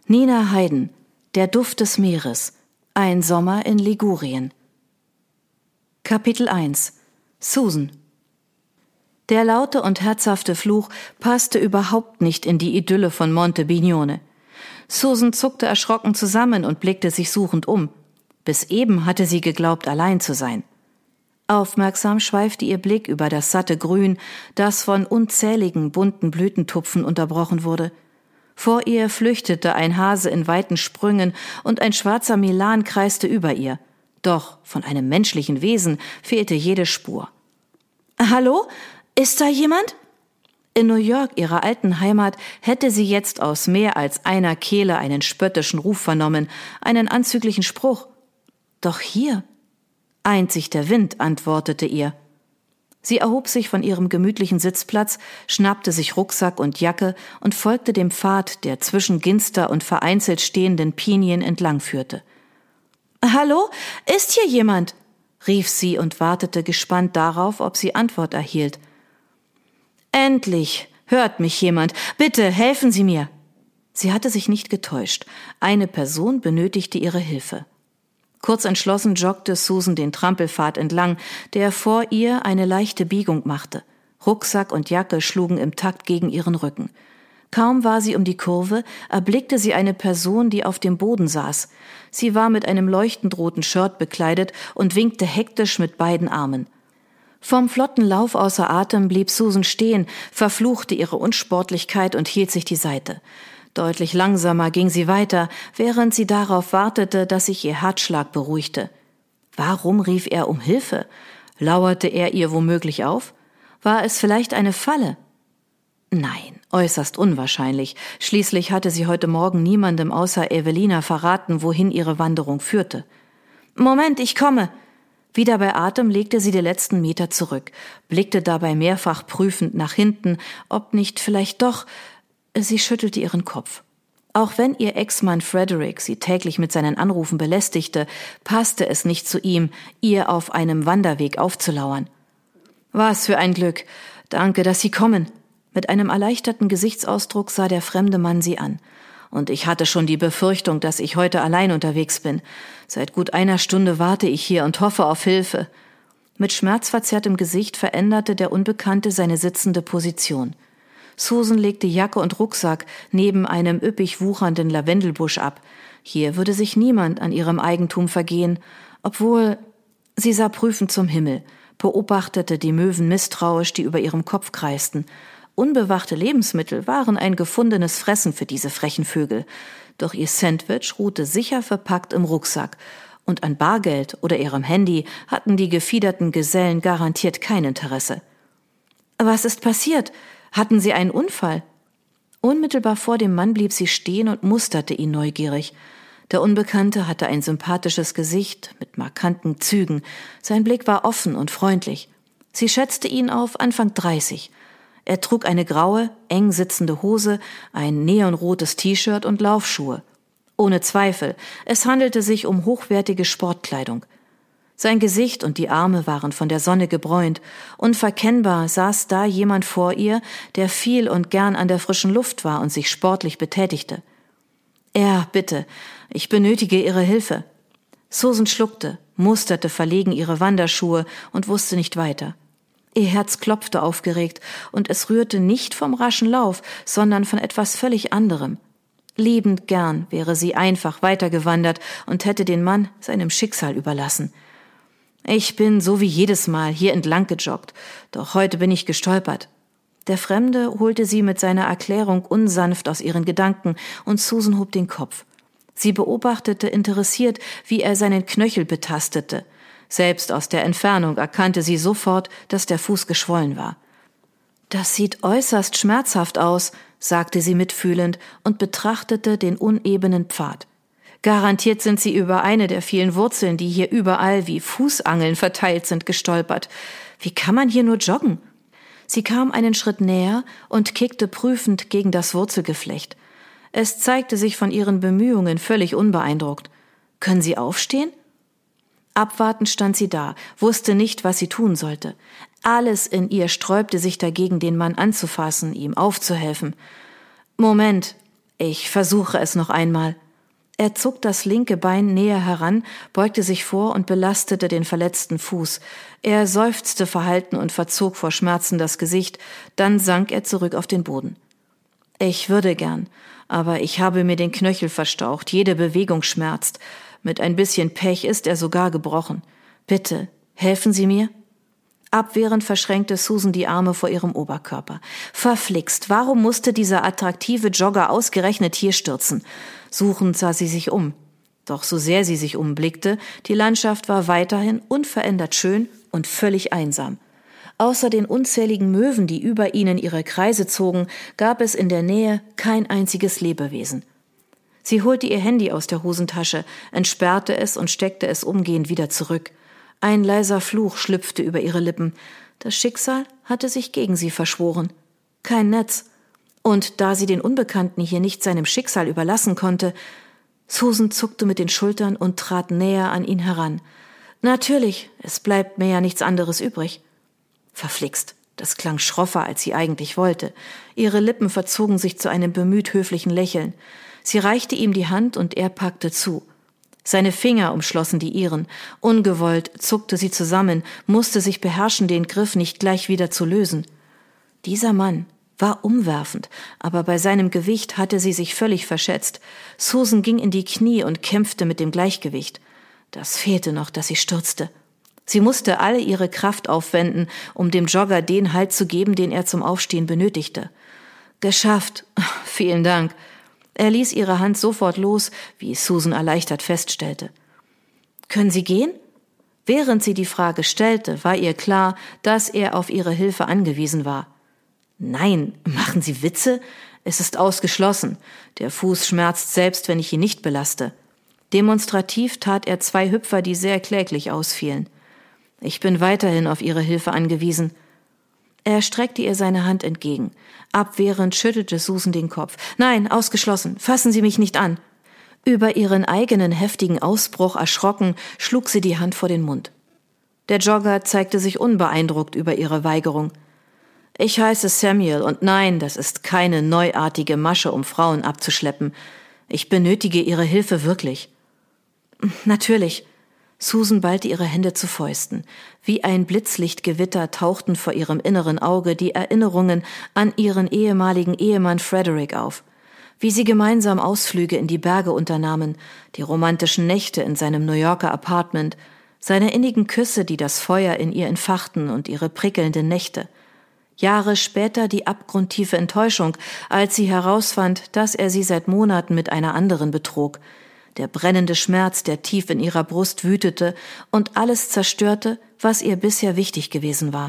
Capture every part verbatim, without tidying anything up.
Nina Hayden, Der Duft des Meeres. Ein Sommer in Ligurien. Kapitel eins. Susan. Der laute und herzhafte Fluch passte überhaupt nicht in die Idylle von Monte Bignone. Susan zuckte erschrocken zusammen und blickte sich suchend um. Bis eben hatte sie geglaubt, allein zu sein. Aufmerksam schweifte ihr Blick über das satte Grün, das von unzähligen bunten Blütentupfen unterbrochen wurde. Vor ihr flüchtete ein Hase in weiten Sprüngen und ein schwarzer Milan kreiste über ihr. Doch von einem menschlichen Wesen fehlte jede Spur. »Hallo? Ist da jemand?« In New York, ihrer alten Heimat, hätte sie jetzt aus mehr als einer Kehle einen spöttischen Ruf vernommen, einen anzüglichen Spruch. Doch hier, einzig der Wind antwortete ihr. Sie erhob sich von ihrem gemütlichen Sitzplatz, schnappte sich Rucksack und Jacke und folgte dem Pfad, der zwischen Ginster und vereinzelt stehenden Pinien entlangführte. »Hallo, ist hier jemand?« rief sie und wartete gespannt darauf, ob sie Antwort erhielt. »Endlich, hört mich jemand. Bitte, helfen Sie mir!« Sie hatte sich nicht getäuscht. Eine Person benötigte ihre Hilfe. Kurz entschlossen joggte Susan den Trampelpfad entlang, der vor ihr eine leichte Biegung machte. Rucksack und Jacke schlugen im Takt gegen ihren Rücken. Kaum war sie um die Kurve, erblickte sie eine Person, die auf dem Boden saß. Sie war mit einem leuchtend roten Shirt bekleidet und winkte hektisch mit beiden Armen. Vom flotten Lauf außer Atem blieb Susan stehen, verfluchte ihre Unsportlichkeit und hielt sich die Seite. Deutlich langsamer ging sie weiter, während sie darauf wartete, dass sich ihr Herzschlag beruhigte. Warum rief er um Hilfe? Lauerte er ihr womöglich auf? War es vielleicht eine Falle? Nein, äußerst unwahrscheinlich. Schließlich hatte sie heute Morgen niemandem außer Evelina verraten, wohin ihre Wanderung führte. »Moment, ich komme!« Wieder bei Atem legte sie die letzten Meter zurück, blickte dabei mehrfach prüfend nach hinten, ob nicht vielleicht doch... Sie schüttelte ihren Kopf. Auch wenn ihr Ex-Mann Frederick sie täglich mit seinen Anrufen belästigte, passte es nicht zu ihm, ihr auf einem Wanderweg aufzulauern. »Was für ein Glück! Danke, dass Sie kommen!« Mit einem erleichterten Gesichtsausdruck sah der fremde Mann sie an. »Und ich hatte schon die Befürchtung, dass ich heute allein unterwegs bin. Seit gut einer Stunde warte ich hier und hoffe auf Hilfe.« Mit schmerzverzerrtem Gesicht veränderte der Unbekannte seine sitzende Position. Susan legte Jacke und Rucksack neben einem üppig wuchernden Lavendelbusch ab. Hier würde sich niemand an ihrem Eigentum vergehen, obwohl... Sie sah prüfend zum Himmel, beobachtete die Möwen misstrauisch, die über ihrem Kopf kreisten. Unbewachte Lebensmittel waren ein gefundenes Fressen für diese frechen Vögel. Doch ihr Sandwich ruhte sicher verpackt im Rucksack. Und an Bargeld oder ihrem Handy hatten die gefiederten Gesellen garantiert kein Interesse. »Was ist passiert? Hatten Sie einen Unfall?« Unmittelbar vor dem Mann blieb sie stehen und musterte ihn neugierig. Der Unbekannte hatte ein sympathisches Gesicht mit markanten Zügen. Sein Blick war offen und freundlich. Sie schätzte ihn auf Anfang dreißig. Er trug eine graue, eng sitzende Hose, ein neonrotes T-Shirt und Laufschuhe. Ohne Zweifel, es handelte sich um hochwertige Sportkleidung. Sein Gesicht und die Arme waren von der Sonne gebräunt. Unverkennbar saß da jemand vor ihr, der viel und gern an der frischen Luft war und sich sportlich betätigte. »Ja, bitte, ich benötige Ihre Hilfe.« Susan schluckte, musterte verlegen ihre Wanderschuhe und wusste nicht weiter. Ihr Herz klopfte aufgeregt und es rührte nicht vom raschen Lauf, sondern von etwas völlig anderem. Liebend gern wäre sie einfach weitergewandert und hätte den Mann seinem Schicksal überlassen. »Ich bin so wie jedes Mal hier entlang gejoggt, doch heute bin ich gestolpert.« Der Fremde holte sie mit seiner Erklärung unsanft aus ihren Gedanken und Susan hob den Kopf. Sie beobachtete interessiert, wie er seinen Knöchel betastete. Selbst aus der Entfernung erkannte sie sofort, dass der Fuß geschwollen war. »Das sieht äußerst schmerzhaft aus«, sagte sie mitfühlend und betrachtete den unebenen Pfad. »Garantiert sind Sie über eine der vielen Wurzeln, die hier überall wie Fußangeln verteilt sind, gestolpert. Wie kann man hier nur joggen?« Sie kam einen Schritt näher und kickte prüfend gegen das Wurzelgeflecht. Es zeigte sich von ihren Bemühungen völlig unbeeindruckt. »Können Sie aufstehen?« Abwartend stand sie da, wusste nicht, was sie tun sollte. Alles in ihr sträubte sich dagegen, den Mann anzufassen, ihm aufzuhelfen. »Moment, »Ich versuche es noch einmal.« Er zog das linke Bein näher heran, beugte sich vor und belastete den verletzten Fuß. Er seufzte verhalten und verzog vor Schmerzen das Gesicht, dann sank er zurück auf den Boden. »Ich würde gern, aber ich habe mir den Knöchel verstaucht, jede Bewegung schmerzt. Mit ein bisschen Pech ist er sogar gebrochen. Bitte, helfen Sie mir?« Abwehrend verschränkte Susan die Arme vor ihrem Oberkörper. Verflixt, warum musste dieser attraktive Jogger ausgerechnet hier stürzen? Suchend sah sie sich um. Doch so sehr sie sich umblickte, die Landschaft war weiterhin unverändert schön und völlig einsam. Außer den unzähligen Möwen, die über ihnen ihre Kreise zogen, gab es in der Nähe kein einziges Lebewesen. Sie holte ihr Handy aus der Hosentasche, entsperrte es und steckte es umgehend wieder zurück. Ein leiser Fluch schlüpfte über ihre Lippen. Das Schicksal hatte sich gegen sie verschworen. Kein Netz. Und da sie den Unbekannten hier nicht seinem Schicksal überlassen konnte, Susan zuckte mit den Schultern und trat näher an ihn heran. Natürlich, es bleibt mir ja nichts anderes übrig. Verflixt, das klang schroffer, als sie eigentlich wollte. Ihre Lippen verzogen sich zu einem bemüht höflichen Lächeln. Sie reichte ihm die Hand und er packte zu. Seine Finger umschlossen die ihren. Ungewollt zuckte sie zusammen, musste sich beherrschen, den Griff nicht gleich wieder zu lösen. Dieser Mann war umwerfend, aber bei seinem Gewicht hatte sie sich völlig verschätzt. Susan ging in die Knie und kämpfte mit dem Gleichgewicht. Das fehlte noch, dass sie stürzte. Sie musste alle ihre Kraft aufwenden, um dem Jogger den Halt zu geben, den er zum Aufstehen benötigte. Geschafft. Vielen Dank. Er ließ ihre Hand sofort los, wie Susan erleichtert feststellte. »Können Sie gehen?« Während sie die Frage stellte, war ihr klar, dass er auf ihre Hilfe angewiesen war. »Nein, machen Sie Witze? Es ist ausgeschlossen. Der Fuß schmerzt selbst, wenn ich ihn nicht belaste.« Demonstrativ tat er zwei Hüpfer, die sehr kläglich ausfielen. »Ich bin weiterhin auf Ihre Hilfe angewiesen.« Er streckte ihr seine Hand entgegen. Abwehrend schüttelte Susan den Kopf. »Nein, ausgeschlossen. Fassen Sie mich nicht an.« Über ihren eigenen heftigen Ausbruch erschrocken, schlug sie die Hand vor den Mund. Der Jogger zeigte sich unbeeindruckt über ihre Weigerung. »Ich heiße Samuel und nein, das ist keine neuartige Masche, um Frauen abzuschleppen. Ich benötige Ihre Hilfe wirklich.« »Natürlich.« Susan ballte ihre Hände zu Fäusten. Wie ein Blitzlichtgewitter tauchten vor ihrem inneren Auge die Erinnerungen an ihren ehemaligen Ehemann Frederick auf. Wie sie gemeinsam Ausflüge in die Berge unternahmen, die romantischen Nächte in seinem New Yorker Apartment, seine innigen Küsse, die das Feuer in ihr entfachten und ihre prickelnden Nächte. Jahre später die abgrundtiefe Enttäuschung, als sie herausfand, dass er sie seit Monaten mit einer anderen betrog. Der brennende Schmerz, der tief in ihrer Brust wütete und alles zerstörte, was ihr bisher wichtig gewesen war.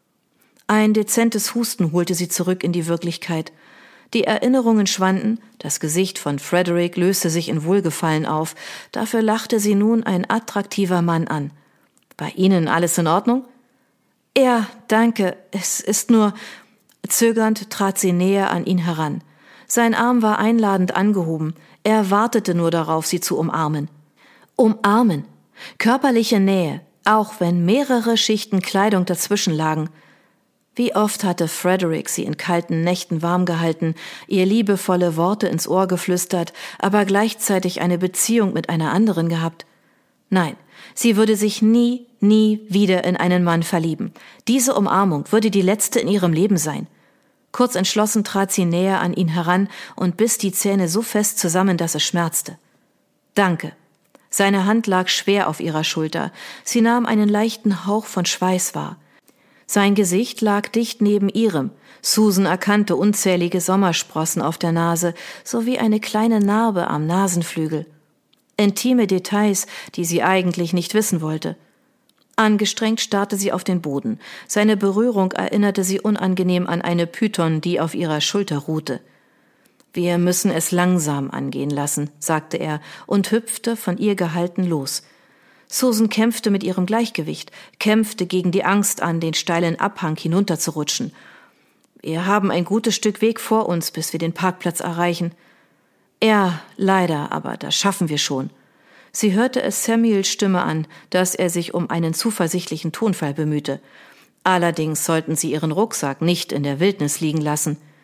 Ein dezentes Husten holte sie zurück in die Wirklichkeit. Die Erinnerungen schwanden, das Gesicht von Frederick löste sich in Wohlgefallen auf, dafür lachte sie nun ein attraktiver Mann an. »Bei Ihnen alles in Ordnung?« »Ja, danke, es ist nur...« Zögernd trat sie näher an ihn heran. Sein Arm war einladend angehoben. Er wartete nur darauf, sie zu umarmen. Umarmen. Körperliche Nähe, auch wenn mehrere Schichten Kleidung dazwischen lagen. Wie oft hatte Frederick sie in kalten Nächten warm gehalten, ihr liebevolle Worte ins Ohr geflüstert, aber gleichzeitig eine Beziehung mit einer anderen gehabt. Nein, sie würde sich nie, nie wieder in einen Mann verlieben. Diese Umarmung würde die letzte in ihrem Leben sein. Kurz entschlossen trat sie näher an ihn heran und biss die Zähne so fest zusammen, dass es schmerzte. »Danke.« Seine Hand lag schwer auf ihrer Schulter. Sie nahm einen leichten Hauch von Schweiß wahr. Sein Gesicht lag dicht neben ihrem. Susan erkannte unzählige Sommersprossen auf der Nase sowie eine kleine Narbe am Nasenflügel. Intime Details, die sie eigentlich nicht wissen wollte. Angestrengt starrte sie auf den Boden. Seine Berührung erinnerte sie unangenehm an eine Python, die auf ihrer Schulter ruhte. »Wir müssen es langsam angehen lassen«, sagte er und hüpfte von ihr gehalten los. Susan kämpfte mit ihrem Gleichgewicht, kämpfte gegen die Angst an, den steilen Abhang hinunterzurutschen. »Wir haben ein gutes Stück Weg vor uns, bis wir den Parkplatz erreichen.« »Ja, leider, aber das schaffen wir schon.« Sie hörte es Samuels Stimme an, dass er sich um einen zuversichtlichen Tonfall bemühte. Allerdings sollten sie ihren Rucksack nicht in der Wildnis liegen lassen.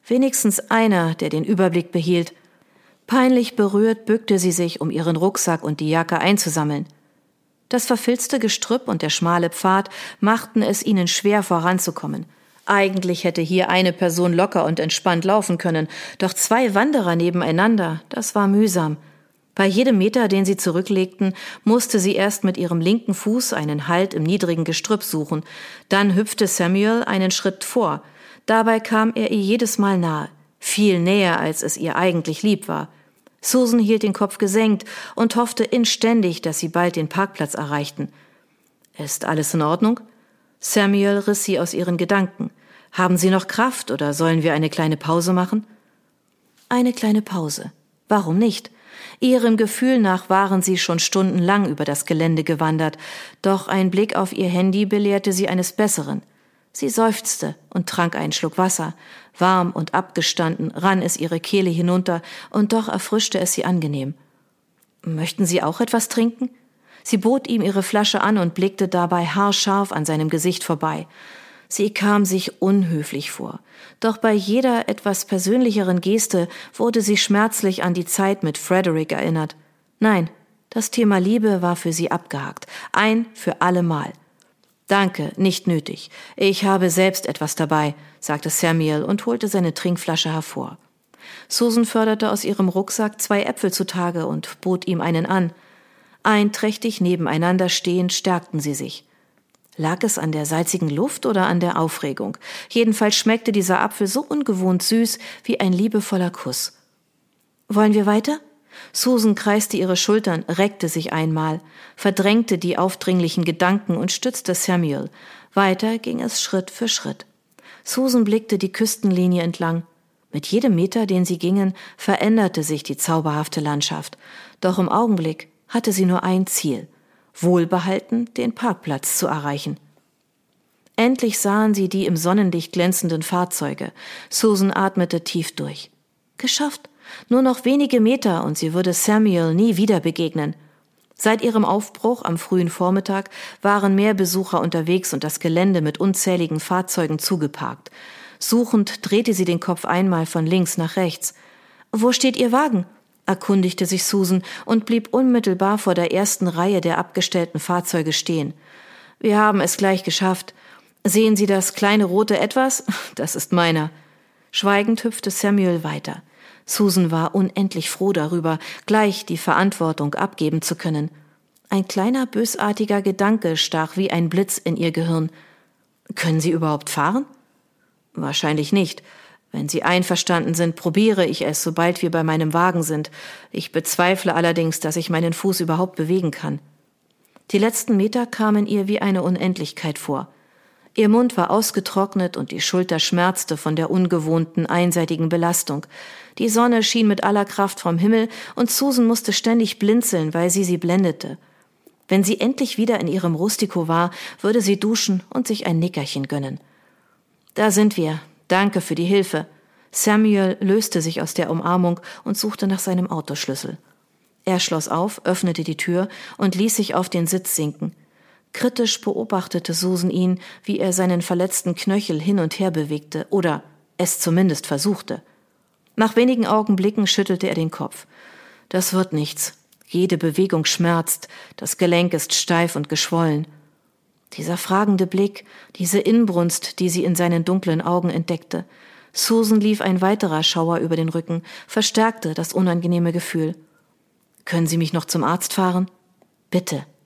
Wenigstens einer, der den Überblick behielt. Peinlich berührt bückte sie sich, um ihren Rucksack und die Jacke einzusammeln. Das verfilzte Gestrüpp und der schmale Pfad machten es ihnen schwer voranzukommen. Eigentlich hätte hier eine Person locker und entspannt laufen können, doch zwei Wanderer nebeneinander, das war mühsam. Bei jedem Meter, den sie zurücklegten, musste sie erst mit ihrem linken Fuß einen Halt im niedrigen Gestrüpp suchen. Dann hüpfte Samuel einen Schritt vor. Dabei kam er ihr jedes Mal nahe, viel näher, als es ihr eigentlich lieb war. Susan hielt den Kopf gesenkt und hoffte inständig, dass sie bald den Parkplatz erreichten. »Ist alles in Ordnung?« Samuel riss sie aus ihren Gedanken. »Haben Sie noch Kraft oder sollen wir eine kleine Pause machen?« Eine kleine Pause. Warum nicht? Ihrem Gefühl nach waren sie schon stundenlang über das Gelände gewandert, doch ein Blick auf ihr Handy belehrte sie eines Besseren. Sie seufzte und trank einen Schluck Wasser. Warm und abgestanden rann es ihre Kehle hinunter, und doch erfrischte es sie angenehm. »Möchten Sie auch etwas trinken?« Sie bot ihm ihre Flasche an und blickte dabei haarscharf an seinem Gesicht vorbei. Sie kam sich unhöflich vor. Doch bei jeder etwas persönlicheren Geste wurde sie schmerzlich an die Zeit mit Frederick erinnert. Nein, das Thema Liebe war für sie abgehakt. Ein für allemal. »Danke, nicht nötig. Ich habe selbst etwas dabei«, sagte Samuel und holte seine Trinkflasche hervor. Susan förderte aus ihrem Rucksack zwei Äpfel zutage und bot ihm einen an. Einträchtig nebeneinander stehend stärkten sie sich. Lag es an der salzigen Luft oder an der Aufregung? Jedenfalls schmeckte dieser Apfel so ungewohnt süß wie ein liebevoller Kuss. »Wollen wir weiter?« Susan kreiste ihre Schultern, reckte sich einmal, verdrängte die aufdringlichen Gedanken und stützte Samuel. Weiter ging es Schritt für Schritt. Susan blickte die Küstenlinie entlang. Mit jedem Meter, den sie gingen, veränderte sich die zauberhafte Landschaft. Doch im Augenblick hatte sie nur ein Ziel: wohlbehalten den Parkplatz zu erreichen. Endlich sahen sie die im Sonnenlicht glänzenden Fahrzeuge. Susan atmete tief durch. Geschafft! Nur noch wenige Meter und sie würde Samuel nie wieder begegnen. Seit ihrem Aufbruch am frühen Vormittag waren mehr Besucher unterwegs und das Gelände mit unzähligen Fahrzeugen zugeparkt. Suchend drehte sie den Kopf einmal von links nach rechts. »Wo steht Ihr Wagen?« erkundigte sich Susan und blieb unmittelbar vor der ersten Reihe der abgestellten Fahrzeuge stehen. »Wir haben es gleich geschafft. Sehen Sie das kleine rote Etwas? Das ist meiner.« Schweigend hüpfte Samuel weiter. Susan war unendlich froh darüber, gleich die Verantwortung abgeben zu können. Ein kleiner bösartiger Gedanke stach wie ein Blitz in ihr Gehirn. »Können Sie überhaupt fahren?« »Wahrscheinlich nicht. Wenn Sie einverstanden sind, probiere ich es, sobald wir bei meinem Wagen sind. Ich bezweifle allerdings, dass ich meinen Fuß überhaupt bewegen kann.« Die letzten Meter kamen ihr wie eine Unendlichkeit vor. Ihr Mund war ausgetrocknet und die Schulter schmerzte von der ungewohnten, einseitigen Belastung. Die Sonne schien mit aller Kraft vom Himmel und Susan musste ständig blinzeln, weil sie sie blendete. Wenn sie endlich wieder in ihrem Rustico war, würde sie duschen und sich ein Nickerchen gönnen. »Da sind wir. Danke für die Hilfe.« Samuel löste sich aus der Umarmung und suchte nach seinem Autoschlüssel. Er schloss auf, öffnete die Tür und ließ sich auf den Sitz sinken. Kritisch beobachtete Susan ihn, wie er seinen verletzten Knöchel hin und her bewegte oder es zumindest versuchte. Nach wenigen Augenblicken schüttelte er den Kopf. »Das wird nichts. Jede Bewegung schmerzt, das Gelenk ist steif und geschwollen.« Dieser fragende Blick, diese Inbrunst, die sie in seinen dunklen Augen entdeckte. Susan lief ein weiterer Schauer über den Rücken, verstärkte das unangenehme Gefühl. »Können Sie mich noch zum Arzt fahren?« »Bitte.«